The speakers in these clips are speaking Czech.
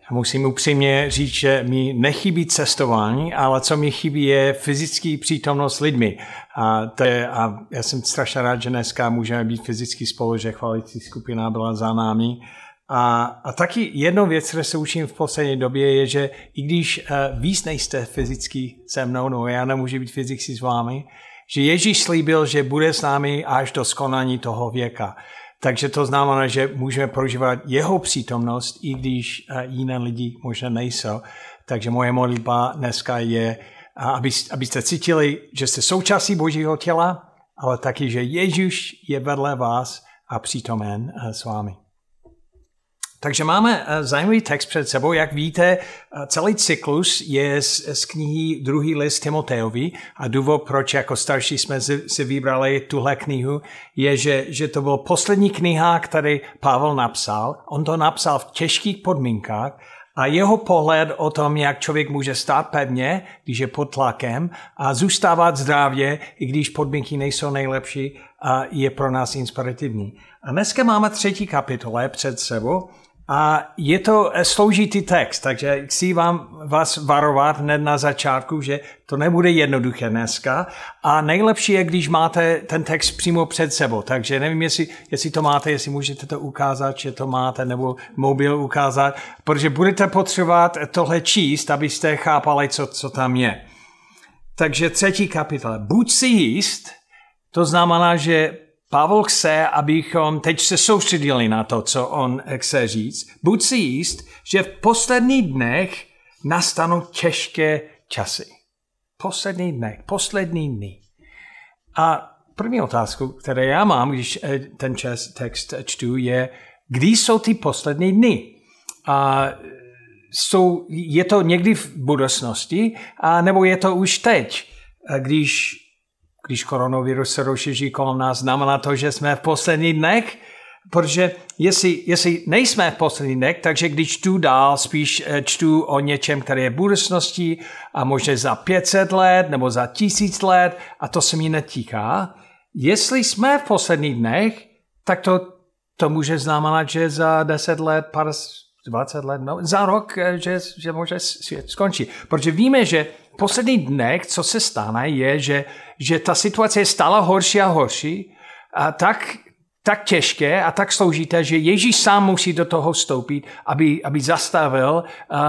Musím upřímně říct, že mi nechybí cestování, ale co mi chybí je fyzický přítomnost lidmi. A já jsem strašně rád, že dneska můžeme být fyzicky spolu, že chvalicí skupina byla za námi. A taky jednou věc, které se učím v poslední době, je, že i když víc nejste fyzicky se mnou, no já nemůžu být fyzicky s vámi, že Ježíš slíbil, že bude s námi až do skonání toho věka. Takže to znamená, že můžeme prožívat jeho přítomnost, i když jiné lidi možná nejsou. Takže moje modlitba dneska je, abyste cítili, že jste součástí Božího těla, ale taky, že Ježíš je vedle vás a přítomen s vámi. Takže máme zajímavý text před sebou. Jak víte, celý cyklus je z knihy 2. list Timotejovi a důvod, proč jako starší jsme si vybrali tuhle knihu, je, že to byl poslední kniha, který Pavel napsal. On to napsal v těžkých podmínkách a jeho pohled o tom, jak člověk může stát pevně, když je pod tlakem a zůstávat zdravě, i když podmínky nejsou nejlepší, je pro nás inspirativní. A dneska máme 3. kapitole před sebou. A je to složitý text, takže chci vás varovat hned na začátku, že to nebude jednoduché dneska. A nejlepší je, když máte ten text přímo před sebou. Takže nevím, jestli to máte, jestli můžete to ukázat, že to máte, nebo mobil ukázat, protože budete potřebovat tohle číst, abyste chápali, co tam je. Takže 3. kapitola. Buď si jist, to znamená, že Pavel chce, abychom teď se soustředili na to, co on chce říct. Buď si jist, že v posledních dnech nastanou těžké časy. Poslední dny. A první otázku, kterou já mám, když ten text čtu, je, kdy jsou ty poslední dny? Je to někdy v budoucnosti, nebo je to už teď, když koronavirus se rozšíří kolem nás, znamená to, že jsme v posledních dnech, protože jestli nejsme v posledních dnech, takže když čtu dál, spíš čtu o něčem, které je v budoucnosti a možná za 500 let nebo za 1000 let a to se mi netýká. Jestli jsme v posledních dnech, tak to může znamenat, že za 10 let, 20 let, no, za rok, že může svět skončí. Protože víme, že v posledních dnech, co se stane, je, že ta situace je stále horší a horší a tak těžké a tak složité, že Ježíš sám musí do toho vstoupit, aby zastavil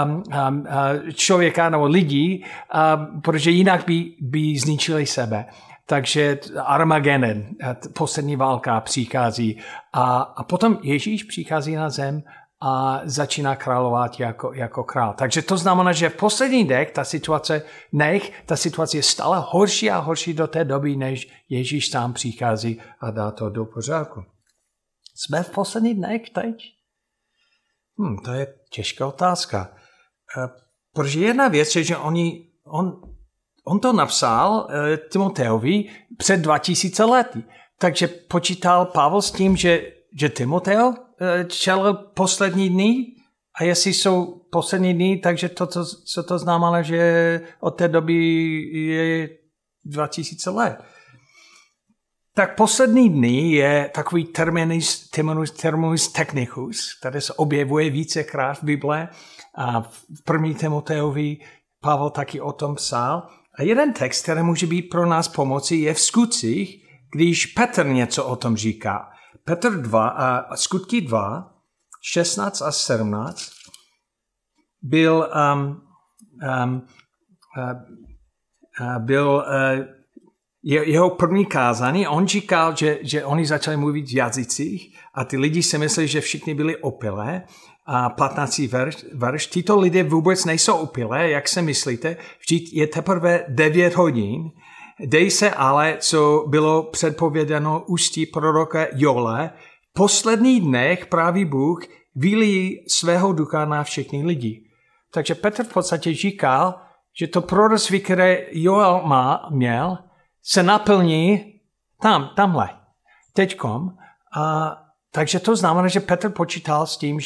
člověka nebo lidi, protože jinak by zničili sebe. Takže Armageddon, poslední válka přichází a potom Ježíš přichází na zem a začíná královat jako král. Takže to znamená, že v posledních dnech ta situace je stále horší a horší do té doby, než Ježíš sám přichází a dá to do pořádku. Jsme v posledních dnech teď? To je těžká otázka. Protože jedna věc je, že on to napsal Timotejovi před 2000 lety. Takže počítal Pavel s tím, že Timoteo čelil poslední dny a jestli jsou poslední dny, takže co to znamená, že od té doby je 2000 let. Tak poslední dny je takový terminus technicus, který se objevuje vícekrát v Bible a v 1. Timoteovi Pavel taky o tom psal. A jeden text, který může být pro nás pomoci, je v Skutcích, když Petr něco o tom říká. Petr 2 a Skutky 2, 16 a 17 byl jeho první kázání. On říkal, že oni začali mluvit v jazycích a ty lidi si mysleli, že všichni byli opilé. A 15. verš. Tyto lidé vůbec nejsou opilé, jak se myslíte? Vždyť je teprve 9 hodin. Dej se ale, co bylo předpovědáno ústí proroka Joele, v posledních dnech právě Bůh vylije svého ducha na všechny lidi. Takže Petr v podstatě říkal, že to proroctví, které Joel měl, se naplní tamhle, teďkom. Takže to znamená, že Petr počítal s tím,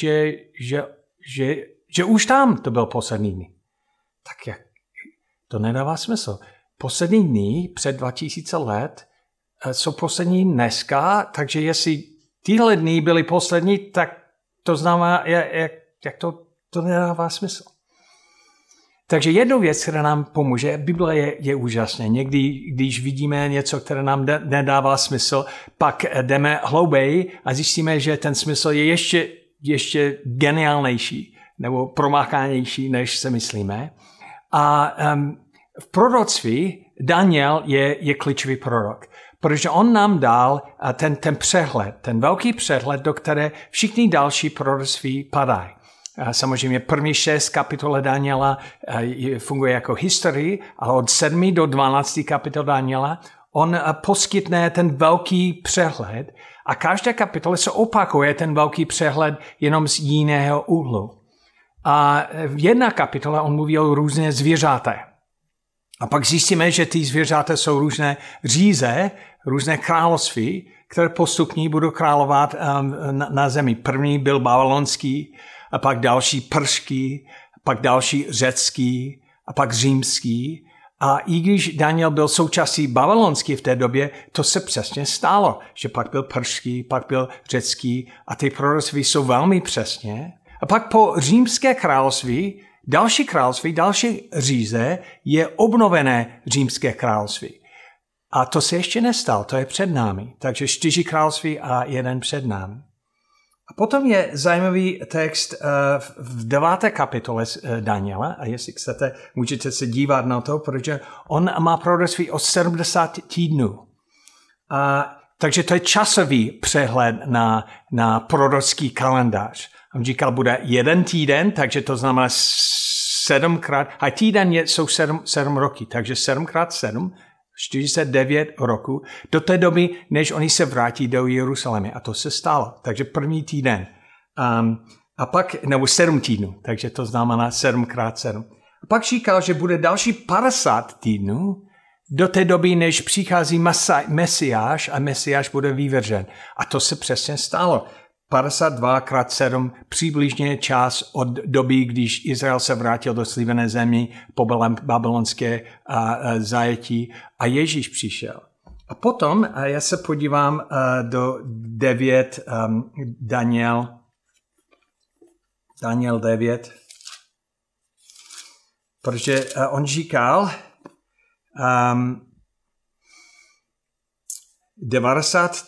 že už tam to byl poslední dny. Tak jak? To nedává smysl. Poslední dny před 2000 let jsou poslední dneska, takže jestli tyhle dny byly poslední, tak to znamená, jak To nedává smysl. Takže jednou věc, která nám pomůže, Bible je úžasné. Někdy, když vidíme něco, které nám nedává smysl, pak jdeme hlouběji a zjistíme, že ten smysl je ještě geniálnější nebo promáchanější, než se myslíme. A v proroctví Daniel je klíčový prorok, protože on nám dal ten přehled, ten velký přehled, do které všichni další proroctví padají. Samozřejmě první 6 kapitol Daniela funguje jako historii, ale od 7 do 12 kapitol Daniela on poskytne ten velký přehled a každá kapitola se opakuje ten velký přehled jenom z jiného úhlu. A v jedna kapitola on mluví o různé zvířata. A pak zjistíme, že ty zvířata jsou různé říze, různé království, které postupně budou královat na zemi. První byl babylonský, a pak další perský, pak další řecký, a pak římský. A i když Daniel byl součástí babylonský v té době, to se přesně stalo, že pak byl perský, pak byl řecký a ty proroctví jsou velmi přesně. A pak po římské království, další říze je obnovené římské království. A to se ještě nestalo, to je před námi. Takže 4 království a 1 před námi. A potom je zajímavý text v 9. kapitole Daniela, a jestli chcete, můžete se dívat na to, protože on má proroctví o 70 týdnů. Takže to je časový přehled na prorocký kalendář. On říkal, bude 1 týden, takže to znamená 7krát, a týden jsou 7 roky, takže 7x7, 49 roku, do té doby, než oni se vrátí do Jeruzalémy. A to se stalo. Takže první týden. A pak, nebo 7 týdnů, takže to znamená 7x7. A pak říkal, že bude další 50 týdnů do té doby, než přichází Mesiáš a Mesiáš bude vyvržen. A to se přesně stalo. 52x7 přibližně čas od doby, když Izrael se vrátil do slíbené země po babylonské zajetí a Ježíš přišel. A potom já se podívám do 9, Daniel 9, protože on říkal 90.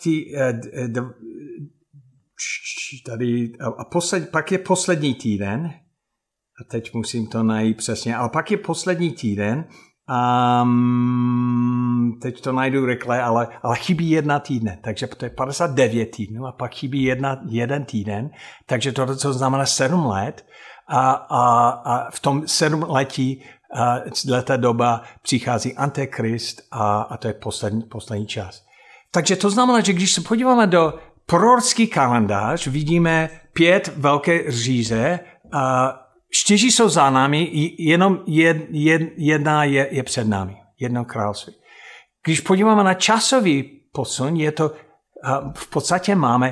Tady, pak je poslední týden, a teď musím to najít přesně, ale pak je poslední týden, teď to najdu rychle, ale chybí 1 týden, takže to je 59 týdnů a pak chybí 1 týden, takže to znamená 7 let a v tom 7 letí leta doba přichází Antikrist a to je poslední čas. Takže to znamená, že když se podíváme do prorocký kalendář, vidíme 5 velké říze, 4 jsou za námi, jenom jedna je před námi, 1 království. Když podíváme na časový posun, je to, v podstatě máme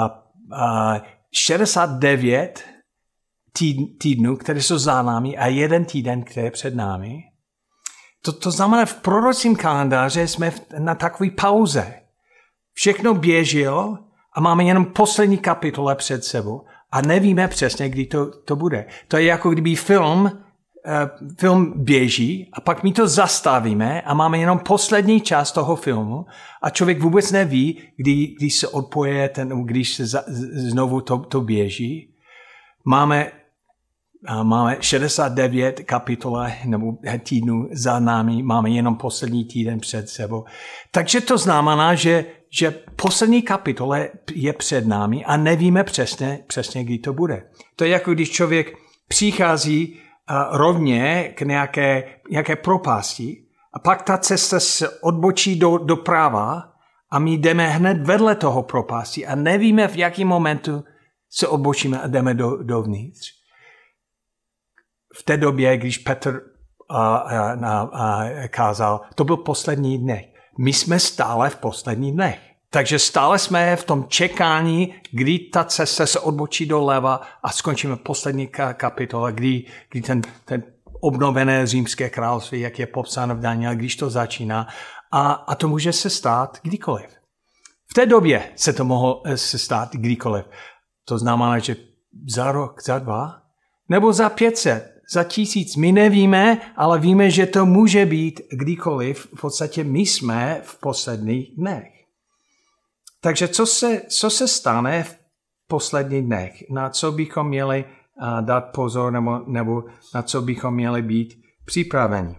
69 týdnů, které jsou za námi a 1 týden, který je před námi. To znamená, v prorockém kalendáři jsme na takové pauze. Všechno běželo, a máme jenom poslední kapitole před sebou a nevíme přesně, kdy to bude. To je jako kdyby film běží a pak my to zastavíme a máme jenom poslední část toho filmu a člověk vůbec neví, kdy se odpoje, když se znovu to běží. Máme 69 kapitole nebo týdnů za námi, máme jenom poslední týden před sebou. Takže to znamená, že poslední kapitole je před námi a nevíme přesně, kdy to bude. To je jako když člověk přichází rovně k nějaké propasti a pak ta cesta se odbočí doprava a my jdeme hned vedle toho propasti a nevíme, v jakém momentu se odbočíme a jdeme dovnitř. V té době, když Petr kázal, to byl poslední dnech. My jsme stále v posledních dnech. Takže stále jsme v tom čekání, kdy ta cesta se odbočí doleva a skončíme poslední kapitola, kdy ten obnovené římské království, jak je popsáno v Danielu, když to začíná. A to může se stát kdykoliv. V té době se to mohlo se stát kdykoliv. To znamená, že za rok, za 2, nebo za 500, za 1000. My nevíme, ale víme, že to může být kdykoliv. V podstatě my jsme v posledních dnech. Takže co se stane v posledních dnech? Na co bychom měli dát pozor nebo na co bychom měli být připraveni?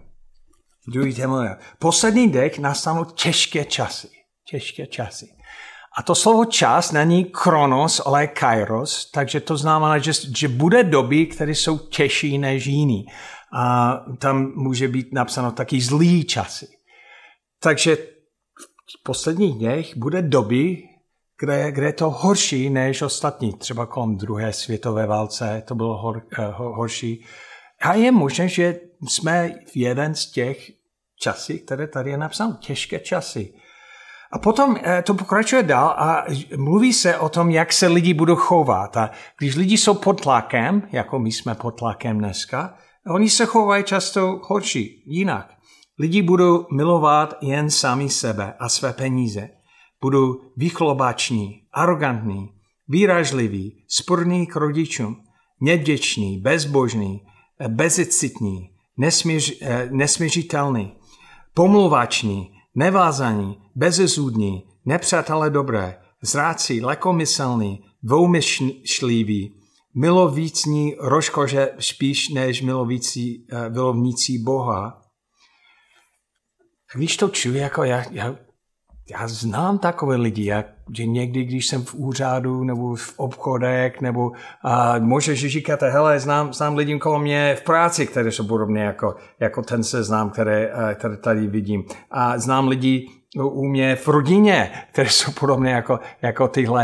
V posledních dnech nastanou těžké časy. A to slovo čas není chronos, ale kairos, takže to znamená, že bude doby, které jsou těžší než jiný. A tam může být napsáno taky zlý časy. Takže v posledních dnech bude doby, kde je to horší než ostatní. Třeba kolem druhé světové válce to bylo horší. A je možné, že jsme v jeden z těch časy, které tady je napsáno, těžké časy. A potom to pokračuje dál a mluví se o tom, jak se lidi budou chovat. A když lidi jsou pod tlakem, jako my jsme pod tlakem dneska, oni se chovají často horší, jinak. Lidi budou milovat jen sami sebe a své peníze. Budou vychlobační, arrogantní, výražliví, sporní k rodičům, nevděční, bezbožní, bezcitní, nesměřitelní, pomluvační, nevázaní, bezezůdní, nepřátelé dobré, zráci, lehkomyslní, dvoumyšliví, milovícní rožkože spíš než milovnící Boha. Když to čuji, jako já znám takové lidi, že někdy, když jsem v úřadu nebo v obchodech, nebo možná, že říkáte, hele, znám lidi kolem mě v práci, které jsou podobné jako ten seznam, které tady vidím. A znám lidi u mě v rodině, které jsou podobné jako tyhle,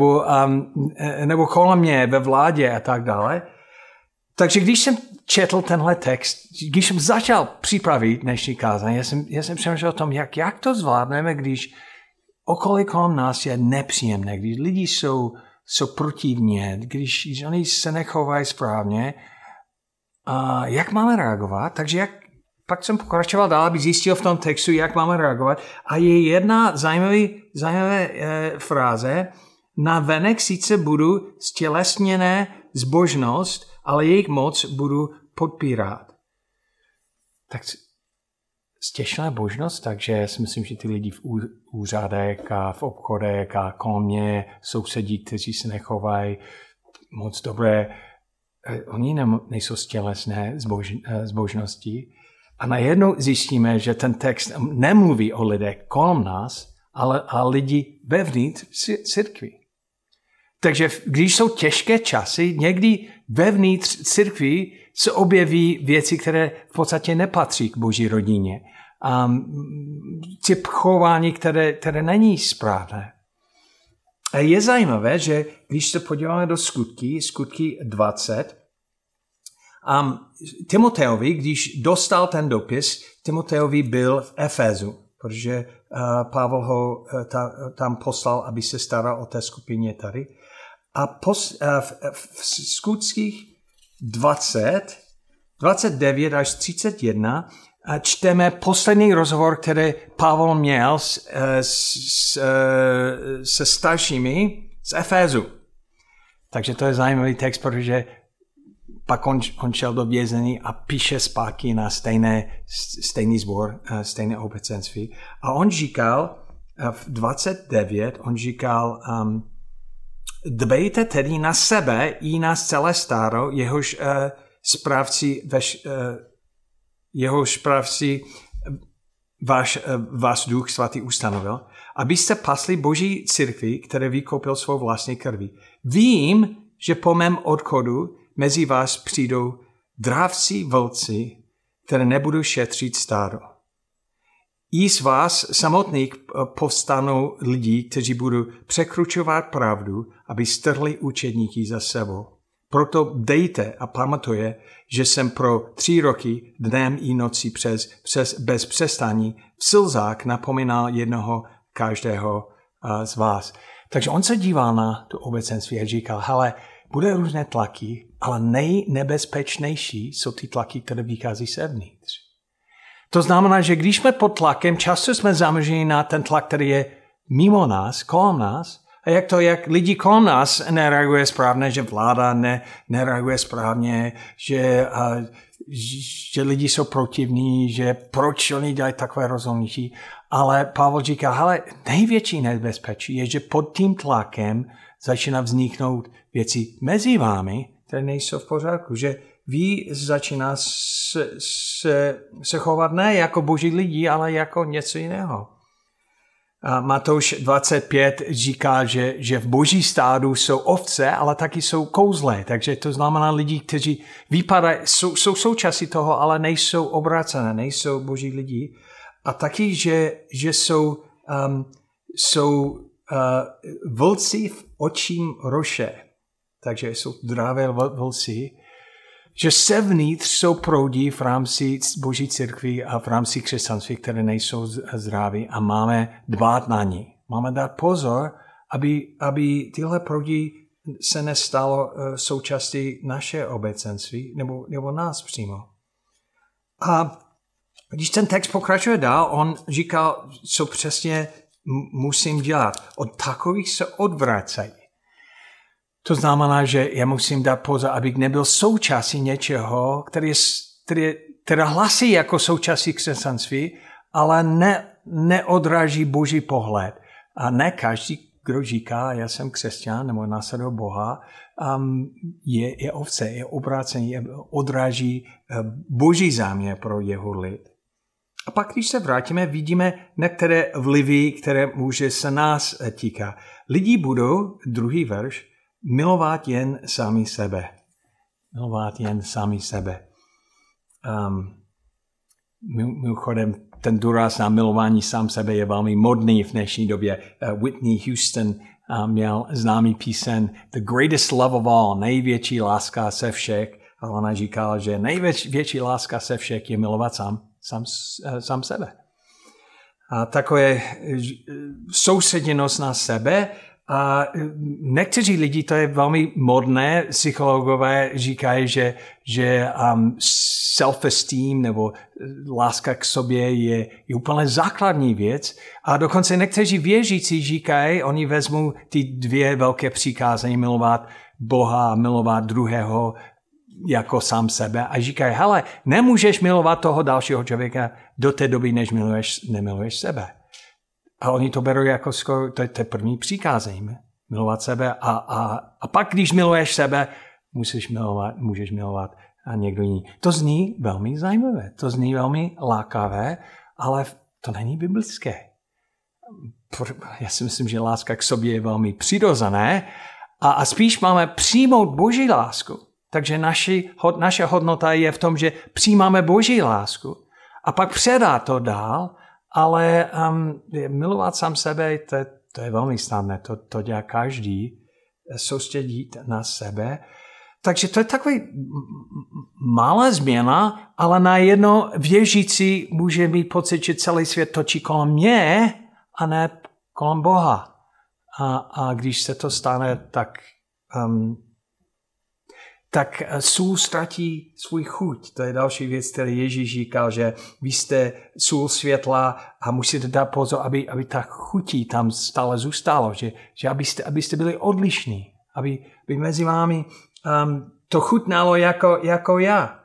nebo kolem mě ve vládě a tak dále. Takže když jsem četl tenhle text, když jsem začal připravit dnešní kázání, já jsem přemýšlel o tom, jak to zvládneme, když okolí kolem nás je nepříjemné, když lidi jsou protivní, když oni se nechovají správně, a jak máme reagovat. Takže pak jsem pokračoval dál, abych zjistil v tom textu, jak máme reagovat. A je jedna zajímavá fráze, na venek sice budu stělesněné zbožnost, ale jejich moc budu podpírat. Tak stěšená božnost, takže já si myslím, že ty lidi v úřadech a v obchodech a kolem mě sousedí, kteří se nechovají moc dobré, oni nejsou stělesné zbožnosti. A najednou zjistíme, že ten text nemluví o lidech kolem nás, ale o lidi vevnitř církvi. Takže když jsou těžké časy, někdy vevnitř církvi se objeví věci, které v podstatě nepatří k Boží rodině. Typ chování, které není správné. A je zajímavé, že když se podíváme do skutky 20, Timoteovi, když dostal ten dopis, Timoteovi byl v Efezu, protože Pavel ho tam poslal, aby se staral o té skupině tady. A v skutcích 29 až 31 čteme poslední rozhovor, který Pavel měl se staršími z Efézu. Takže to je zajímavý text, protože pak on šel do vězení a píše zpátky na stejný sbor, stejné obecenství. A on říkal, v 29, dbejte tedy na sebe i na celé stáro, jehož správci váš Duch Svatý ustanovil, abyste pasli Boží církvi, které vykoupil svou vlastní krví. Vím, že po mém odchodu mezi vás přijdou dravci vlci, které nebudou šetřit stáro. I z vás samotných povstanou lidi, kteří budou překručovat pravdu, aby strhli učedníky za sebou. Proto dejte a pamatuje, že jsem pro 3 roky dnem i nocí bez přestání v slzách napomínal jednoho každého z vás. Takže on se díval na tu obecenství a říkal, hele, bude různé tlaky, ale nejnebezpečnější jsou ty tlaky, které vychází zevnitř. To znamená, že když jsme pod tlakem, často jsme zaměřeni na ten tlak, který je mimo nás, kolem nás, A jak lidi kolem nás nereaguje správně, že vláda nereaguje správně, že lidi jsou protivní, že proč oni dělají takové rozhodnutí. Ale Pavel říká, hele, největší nebezpečí je, že pod tím tlakem začíná vzniknout věci mezi vámi, které nejsou v pořádku, že vy začíná se chovat ne jako boží lidi, ale jako něco jiného. A Matouš 25 říká, že v boží stádu jsou ovce, ale taky jsou kouzle. Takže to znamená lidi, kteří vypadají, jsou součástí toho, ale nejsou obrácené, nejsou boží lidi. A taky, že jsou vlci v očím roše. Takže jsou zdravé vlci. Že sevnitř jsou proudí v rámci boží církví a v rámci křesťanství, které nejsou zdraví a máme dbát na ní. Máme dát pozor, aby tyhle proudí se nestalo součástí naše obecenství nebo nás přímo. A když ten text pokračuje dál, on říká, co přesně musím dělat. Od takových se odvracejí. To znamená, že já musím dát pozor, abych nebyl součástí něčeho, které hlasí jako součástí křesťanství, ale neodráží boží pohled. A ne každý, kdo říká, já jsem křesťan nebo následuje Boha, je ovce, je obrácený, odráží boží záměr pro jeho lid. A pak, když se vrátíme, vidíme některé vlivy, které může se nás týkat. Lidi budou, druhý verš, milovat jen sami sebe. Milovat jen sami sebe. Mimochodem, ten důraz na milování sám sebe je velmi modný v dnešní době. Whitney Houston měl známý píseň The Greatest Love of All, největší láska se všech. A ona říkala, že největší láska se všech je milovat sám sebe. A takové soustředěnost na sebe. A někteří lidi, to je velmi modné, psychologové říkají, že self-esteem nebo láska k sobě je úplně základní věc. A dokonce někteří věřící říkají, oni vezmou ty dvě velké přikázání, milovat Boha a milovat druhého jako sám sebe a říkají, hele, nemůžeš milovat toho dalšího člověka do té doby, než nemiluješ sebe. A oni to berou jako skoro, to je první přikázání, milovat sebe a pak, když miluješ sebe, můžeš milovat a někdo jiný. To zní velmi zajímavé, to zní velmi lákavé, ale to není biblické. Já si myslím, že láska k sobě je velmi přirozené a spíš máme přijmout boží lásku. Takže naše hodnota je v tom, že přijímáme boží lásku a pak předá to dál, ale milovat sám sebe, to je velmi snadné, to dělá každý, soustředit na sebe. Takže to je takový malá změna, ale najednou věřící může mít pocit, že celý svět točí kolem mě a ne kolem Boha. A když se to stane, tak sůl ztratí svůj chuť. To je další věc, kterou Ježíš říkal, že vy jste sůl světla a musíte dát pozor, aby ta chutí tam stále zůstalo, že abyste byli odlišní, aby mezi vámi to chutnalo jako já.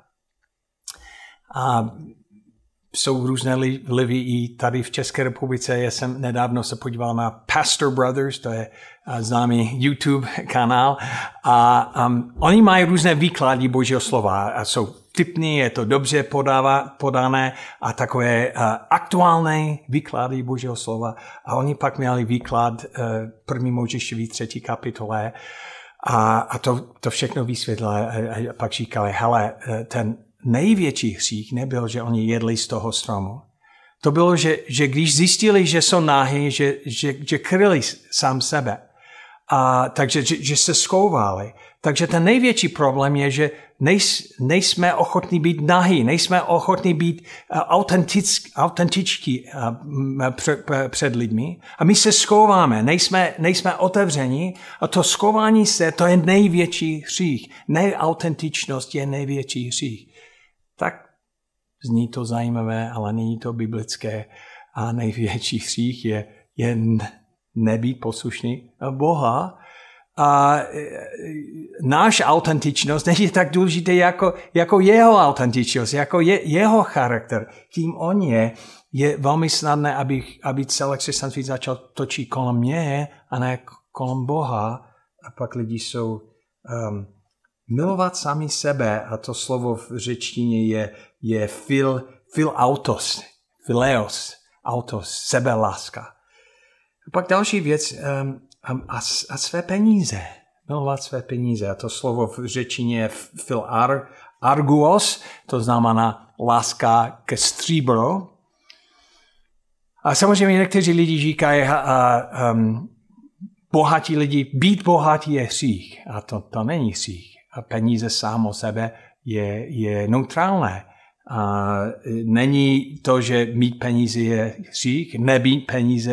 A jsou různé vlivy i tady v České republice. Já jsem nedávno se podíval na Pastor Brothers, to je známý YouTube kanál. A oni mají různé výklady Božího slova. A jsou tipní, je to dobře podané a takové aktuální výklady Božího slova. A oni pak měli výklad 1. Mojžíšovi 3. kapitole a to všechno vysvětlili a pak říkali, hele, ten největší hřích nebyl, že oni jedli z toho stromu. To bylo, že když zjistili, že jsou nahý, že kryli sám sebe. Takže že se schouvali. Takže ten největší problém je, že nejsme ochotní být nahý, nejsme ochotní být autentičtí před lidmi a my se schouváme, nejsme otevření a to schování se, to je největší hřích. Neautentičnost je největší hřích. Tak zní to zajímavé, ale není to biblické a největší hřích je nebýt poslušný Boha. A náš autentičnost není tak důležitý jako jeho autentičnost, jako jeho charakter. Kým on je velmi snadné, aby celé křesťanství začal točit kolem mě a ne kolem Boha. A pak lidi jsou milovat sami sebe. A to slovo v řečtině je philautos, phileos, autos, sebeláska. A pak další věc, a své peníze. Milovat své peníze. A to slovo v řečtině je philarguos, to znamená láska ke stříbru. A samozřejmě někteří lidi říkají, bohatí lidi, být bohatý je hřích. A to není hřích. A peníze sám o sebe je neutrálné. A není to, že mít peníze je hřích, nebýt peníze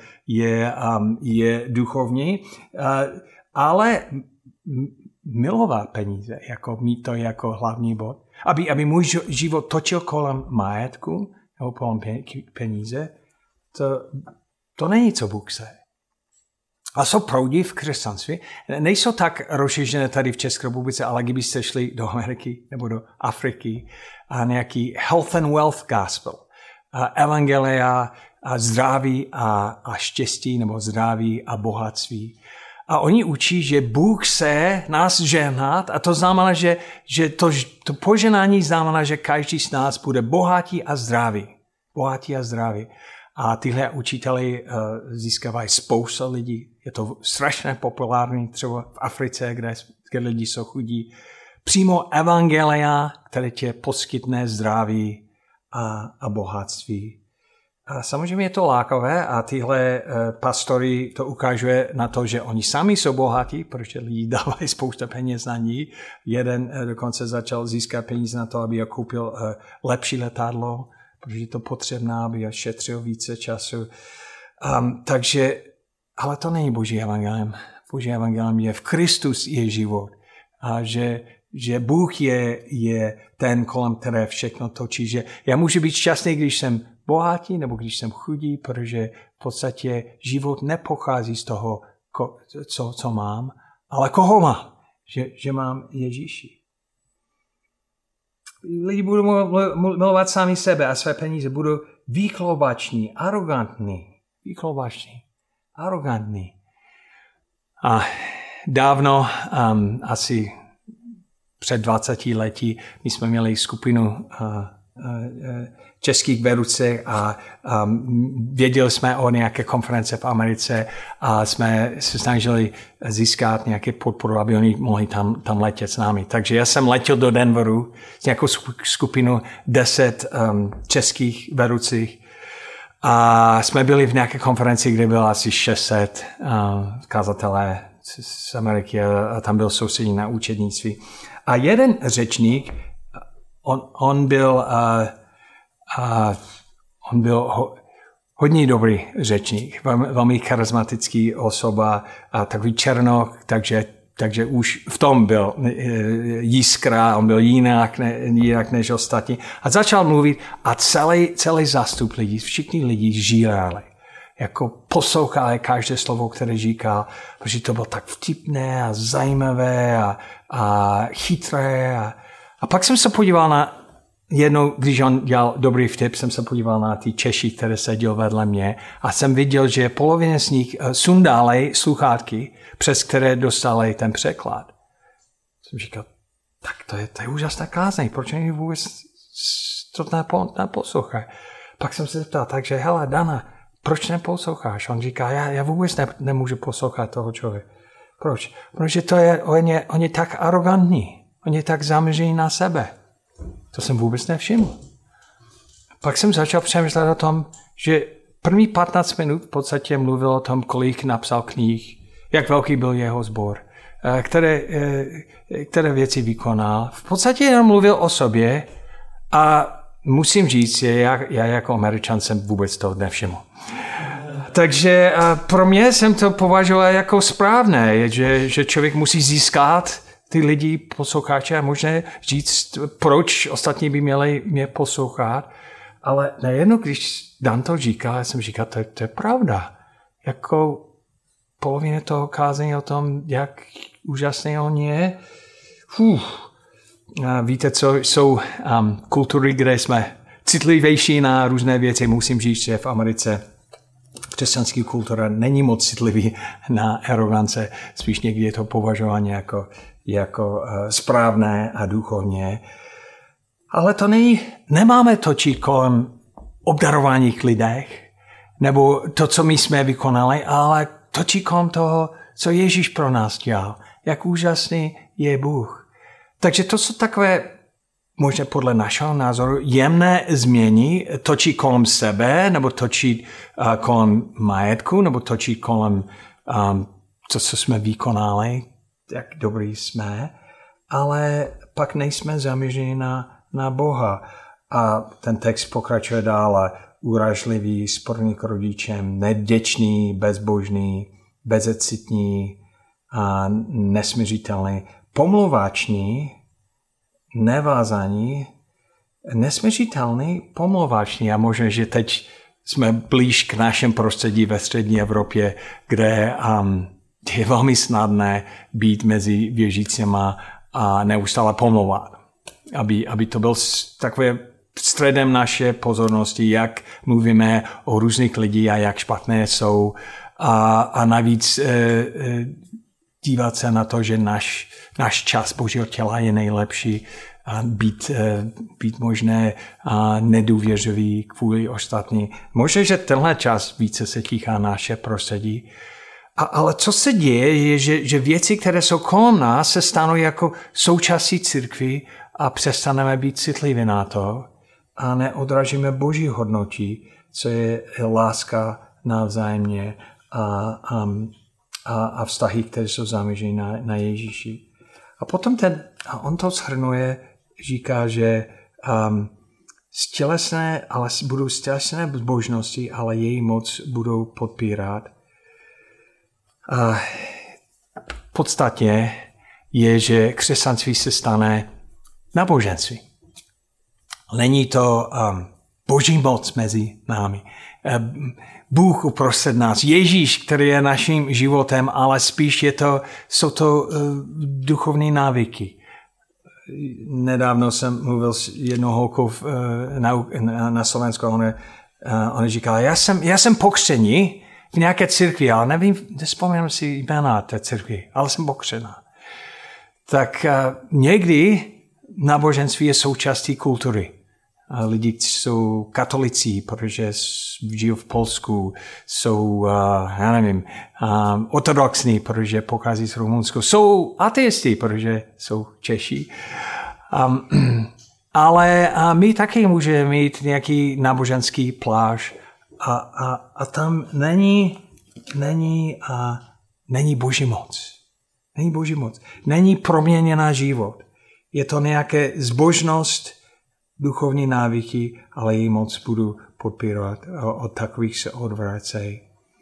je duchovní, ale milovat peníze, jako mít to jako hlavní bod. Aby můj život točil kolem majetku nebo kolem peníze, to není, co Bůh chce. A jsou proudy v křesťanství. Nejsou tak rozšířené tady v České republice, ale kdybyste šli do Ameriky nebo do Afriky a nějaký health and wealth gospel, evangelia a zdraví a štěstí nebo zdraví a bohatství. A oni učí, že Bůh se nás žehnat a to znamená, že to poženání znamená, že každý z nás bude bohatý a zdravý. Bohatý a zdravý. A tyhle učiteli získávají spousta lidí. Je to strašně populární třeba v Africe, kde lidi jsou chudí. Přímo evangelia, které tě poskytne zdraví a bohatství. A samozřejmě je to lákavé a tyhle pastory to ukazuje na to, že oni sami jsou bohatí, protože lidi dávají spousta peněz na ní. Jeden dokonce začal získat peníze na to, aby koupil lepší letadlo, protože je to potřebné, aby šetřil více času. Takže, ale to není Boží evangelium. Boží evangelium je v Kristus je život. A že Bůh je ten, kolem které všechno točí. Že já můžu být šťastný, když jsem bohatý nebo když jsem chudý, protože v podstatě život nepochází z toho, co mám, ale koho mám. Že mám Ježíši. Lidi budou milovat sami sebe a své peníze. Budou výchlobační, arrogantní. A dávno, asi před 20 lety, my jsme měli skupinu českých vedoucích a věděli jsme o nějaké konference v Americe a jsme se snažili získat nějaké podporu, aby oni mohli tam letět s námi. Takže já jsem letěl do Denveru s nějakou skupinu 10 českých vedoucích a jsme byli v nějaké konferenci, kde bylo asi 600 kazatelé z Ameriky a tam byl soustředěný na účetnictví. A jeden řečník, on byl hodně dobrý řečník, velmi charismatický osoba, a takový černok, takže už v tom byl jiskra, on byl jinak než ostatní. A začal mluvit a celý zástup lidí, všichni lidi žírali. Jako poslouchali každé slovo, které říkal, protože to bylo tak vtipné a zajímavé a chytré. A pak jsem se podíval na jednou, když on dělal dobrý vtip, jsem se podíval na ty Češi, které seděl vedle mě a jsem viděl, že polovina z nich sundali sluchátky, přes které dostali ten překlad. Jsem říkal, tak to je úžasná kázeň, proč oni vůbec to neposlouchají? Pak jsem se zeptal, takže hele Dana, proč neposloucháš? On říká, já vůbec nemůžu poslouchat toho člověka. Proč? Protože on je tak arrogantní, on je tak zaměřený na sebe. To jsem vůbec nevšiml. Pak jsem začal přemýšlet o tom, že první 15 minut v podstatě mluvil o tom, kolik napsal knih, jak velký byl jeho sbor, které věci vykonal. V podstatě jenom mluvil o sobě a musím říct, že já jako Američan jsem vůbec to nevšiml. Takže pro mě jsem to považoval jako správné, že člověk musí získat ty lidi posloucháče a možná říct, proč ostatní by měli mě poslouchat. Ale najednou, když Dan to říkal, já jsem říkal, to je pravda. jako polovina toho kázání o tom, jak úžasný on je. Víte, co jsou kultury, kde jsme citlivější na různé věci. Musím říct, že v Americe křesťanská kultura není moc citlivý na arogance, spíš někdy je to považováno jako správné a duchovně. Ale to nemáme točit kolem obdarovaných lidech, nebo to, co my jsme vykonali, ale točí kolem toho, co Ježíš pro nás dělal. Jak úžasný je Bůh. Takže to jsou takové, možná podle našeho názoru, jemné změny, točí kolem sebe, nebo točí kolem majetku, nebo točí kolem to, co jsme vykonali, jak dobrý jsme, ale pak nejsme zaměřeni na Boha. A ten text pokračuje dále. Uražlivý, sporný k rodičem, nevděčný, bezbožný, bezecitní a nesmiřitelný, pomluvační, nevázaní, nesmiřitelný, pomluvační. A možná, že teď jsme blíž k našem prostředí ve střední Evropě, kde je velmi snadné být mezi věřícíma a neustále pomlouvat. Aby to byl takové středem naše pozornosti, jak mluvíme o různých lidí a jak špatné jsou. A navíc dívat se na to, že náš čas Božího těla je nejlepší, a být možné nedůvěřivý kvůli ostatní. Možná, že tenhle čas více se týká naše prostředí. Ale co se děje, je, že věci, které jsou kolem nás, se stanou jako součástí církve a přestaneme být citliví na to a neodražíme Boží hodnotí, co je láska navzájemně a vztahy, které jsou zaměřeny na Ježíši. A potom on to shrnuje, říká, že budou stělesné zbožnosti, ale její moc budou podpírat. V podstatě je, že křesťanství se stane náboženství. Není to Boží moc mezi námi. Bůh uprostřed nás. Ježíš, který je naším životem, ale spíš jsou to duchovní návyky. Nedávno jsem mluvil s jednou holkou na Slovensku a ona říkala, já jsem pokřtěný v nějaké církvi, ale nevím, nespomínám si jména té církvi, ale jsem pokřtěná. Tak někdy náboženství je součástí kultury. Lidi jsou katolicí, protože žijou v Polsku, jsou, ortodoxní, protože pochází z Rumunska, jsou ateisti, protože jsou Češi. Ale my taky můžeme mít nějaký náboženský pláž a tam není Boží moc. Není Boží moc. Není proměněná život. Je to nějaké zbožnost, duchovní návyky, ale její moc budu podpírovat. Od takových se odvracejí.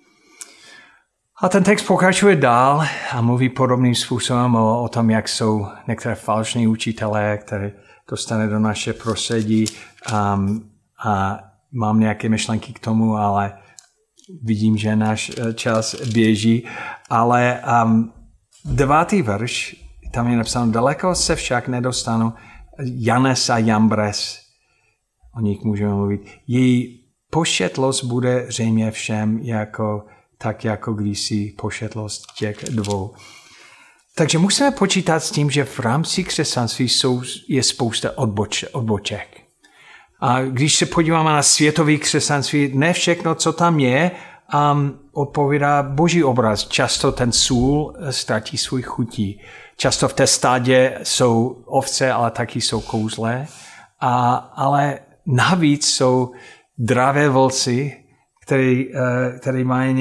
A ten text pokračuje dál a mluví podobným způsobem o tom, jak jsou některé falšní učitelé, které dostane do naše prostředí. A mám nějaké myšlenky k tomu, ale vidím, že náš čas běží. Ale 9. verš, tam je napsáno, daleko se však nedostanu Janes a Jambres, o nich můžeme mluvit. Její pošetlost bude zřejmě všem tak jako kdysi pošetlost těch dvou. Takže musíme počítat s tím, že v rámci křesťanství je spousta odboček. A když se podíváme na světové křesťanství, ne všechno, co tam je, odpovídá Boží obraz. Často ten sůl ztratí svůj chutí. Často v té stádě jsou ovce, ale taky jsou kouzle. Ale navíc jsou dravé vlci, který mají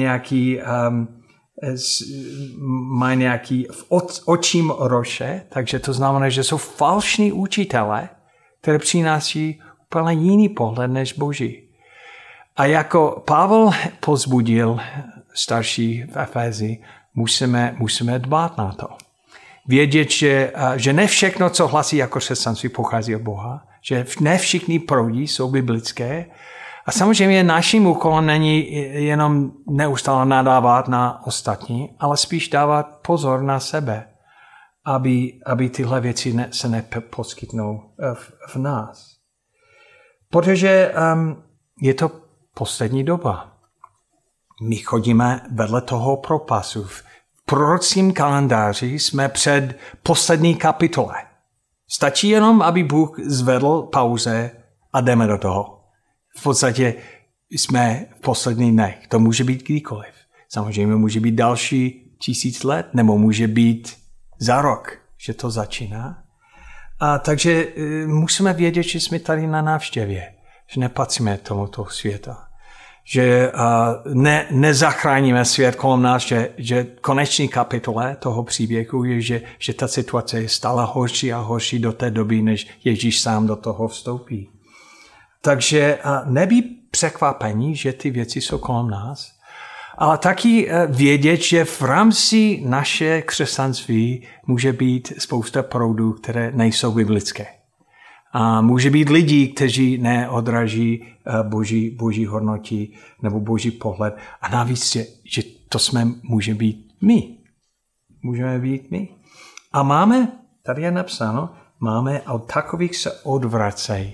nějaký v očím roše, takže to znamená, že jsou falšní učitelé, které přináší úplně jiný pohled než Boží. A jako Pavel pozbudil starší v Efézi, musíme dbát na to. Vědět, že ne všechno, co hlasí jako křesťanství, pochází od Boha, že ne všichni proudí jsou biblické A samozřejmě naším úkolem není jenom neustále nadávat na ostatní, ale spíš dávat pozor na sebe, aby tyhle věci se neposkytnou v nás. Protože je to poslední doba. My chodíme vedle toho propasu. V prorockém kalendáři jsme před poslední kapitole. Stačí jenom, aby Bůh zvedl pauze a jdeme do toho. V podstatě jsme v posledních dnech. To může být kdykoliv. Samozřejmě může být další 1000 let, nebo může být za rok, že to začíná. Takže musíme vědět, že jsme tady na návštěvě, že nepatříme tomuto světa. Že nezachráníme svět kolem nás, že konečný kapitole toho příběhu je, že ta situace je stále horší a horší do té doby, než Ježíš sám do toho vstoupí. Takže nebýt překvapení, že ty věci jsou kolem nás, ale taky vědět, že v rámci naše křesťanství může být spousta proudů, které nejsou biblické. A může být lidí, kteří neodraží boží hodnoty nebo boží pohled. A navíc, že to může být my. Můžeme být my. A máme, tady je napsáno, máme od takových se odvracejí.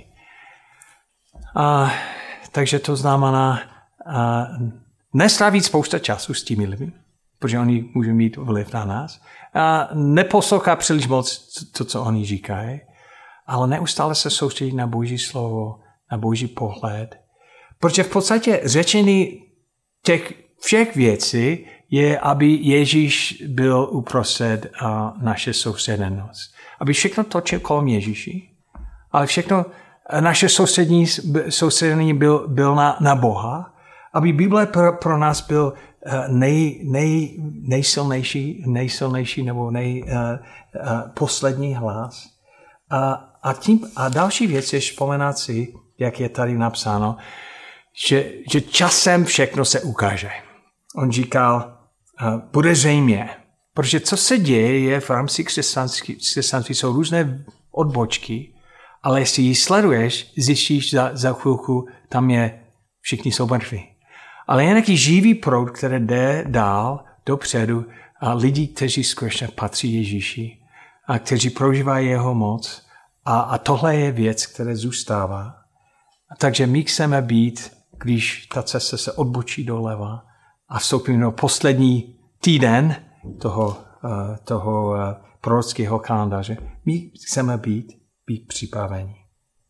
Takže to znamená nestrávit spousta času s těmi lidmi, protože oni můžou mít vliv na nás. Neposlouchat příliš moc to, co oni říkají, ale neustále se soustředit na Boží slovo, na Boží pohled. Protože v podstatě řečení těch všech věcí je, aby Ježíš byl uprostřed naše soustředěnost. Aby všechno točil kolem Ježíši, ale všechno naše soustředění byl na Boha, aby Bible pro nás byl nejsilnější nebo poslední hlas. A další věc je vzpomínat si, jak je tady napsáno, že časem všechno se ukáže. On říkal, bude zřejmě. Protože co se děje je v rámci křesťanství jsou různé odbočky, ale jestli ji sleduješ, zjistíš za chvilku, tam je, všichni jsou mrtví. Ale je nějaký živý proud, který jde dál, dopředu, a lidi, kteří skutečně patří Ježíši a kteří prožívají jeho moc. A tohle je věc, která zůstává. Takže my chceme být, když ta cesta se odbočí doleva a vstoupíme do poslední týden toho prorockého kalendáře. My chceme být připraveni.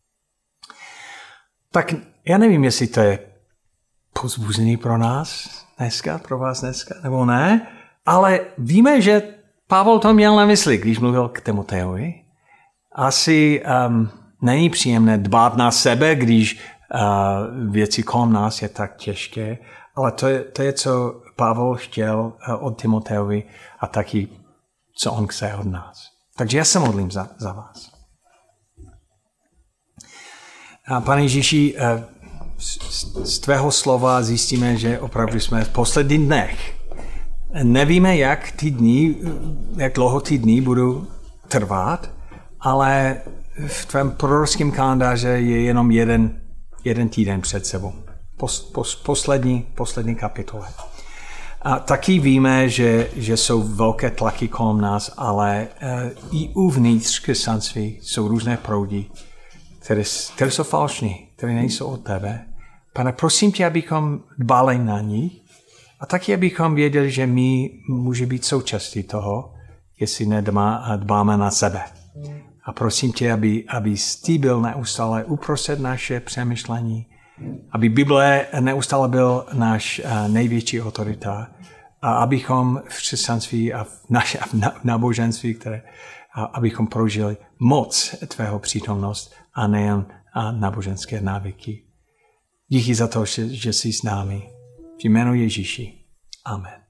Tak já nevím, jestli to je povzbuzení pro nás dneska, pro vás dneska, nebo ne, ale víme, že Pavel to měl na mysli, když mluvil k Timotejovi. Asi není příjemné dbát na sebe, když věci kolem nás je tak těžké, ale to je, co Pavel chtěl od Timotejovi a taky, co on chce od nás. Takže já se modlím za vás. Pane Ježíši, z tvého slova zjistíme, že opravdu jsme v posledních dnech. Nevíme, jak dlouho ty dny budou trvat, ale v tvém prorockém kalendáře je jenom jeden týden před sebou. Poslední kapitole. A taky víme, že jsou velké tlaky kolem nás, ale i uvnitř křesťanství jsou různé proudy, které jsou falšní, které nejsou od tebe. Pane, prosím tě, abychom dbali na ní a taky, abychom věděli, že my může být součástí toho, jestli nedbáme na sebe. A prosím tě, aby ty byl neustále uprostřed naše přemýšlení, aby Bible neustále byl náš největší autorita a abychom v křesťanství a v náboženství, abychom prožili moc tvého přítomnost a nejen náboženské návyky. Díky za to, že jsi s námi. V jménu Ježíši. Amen.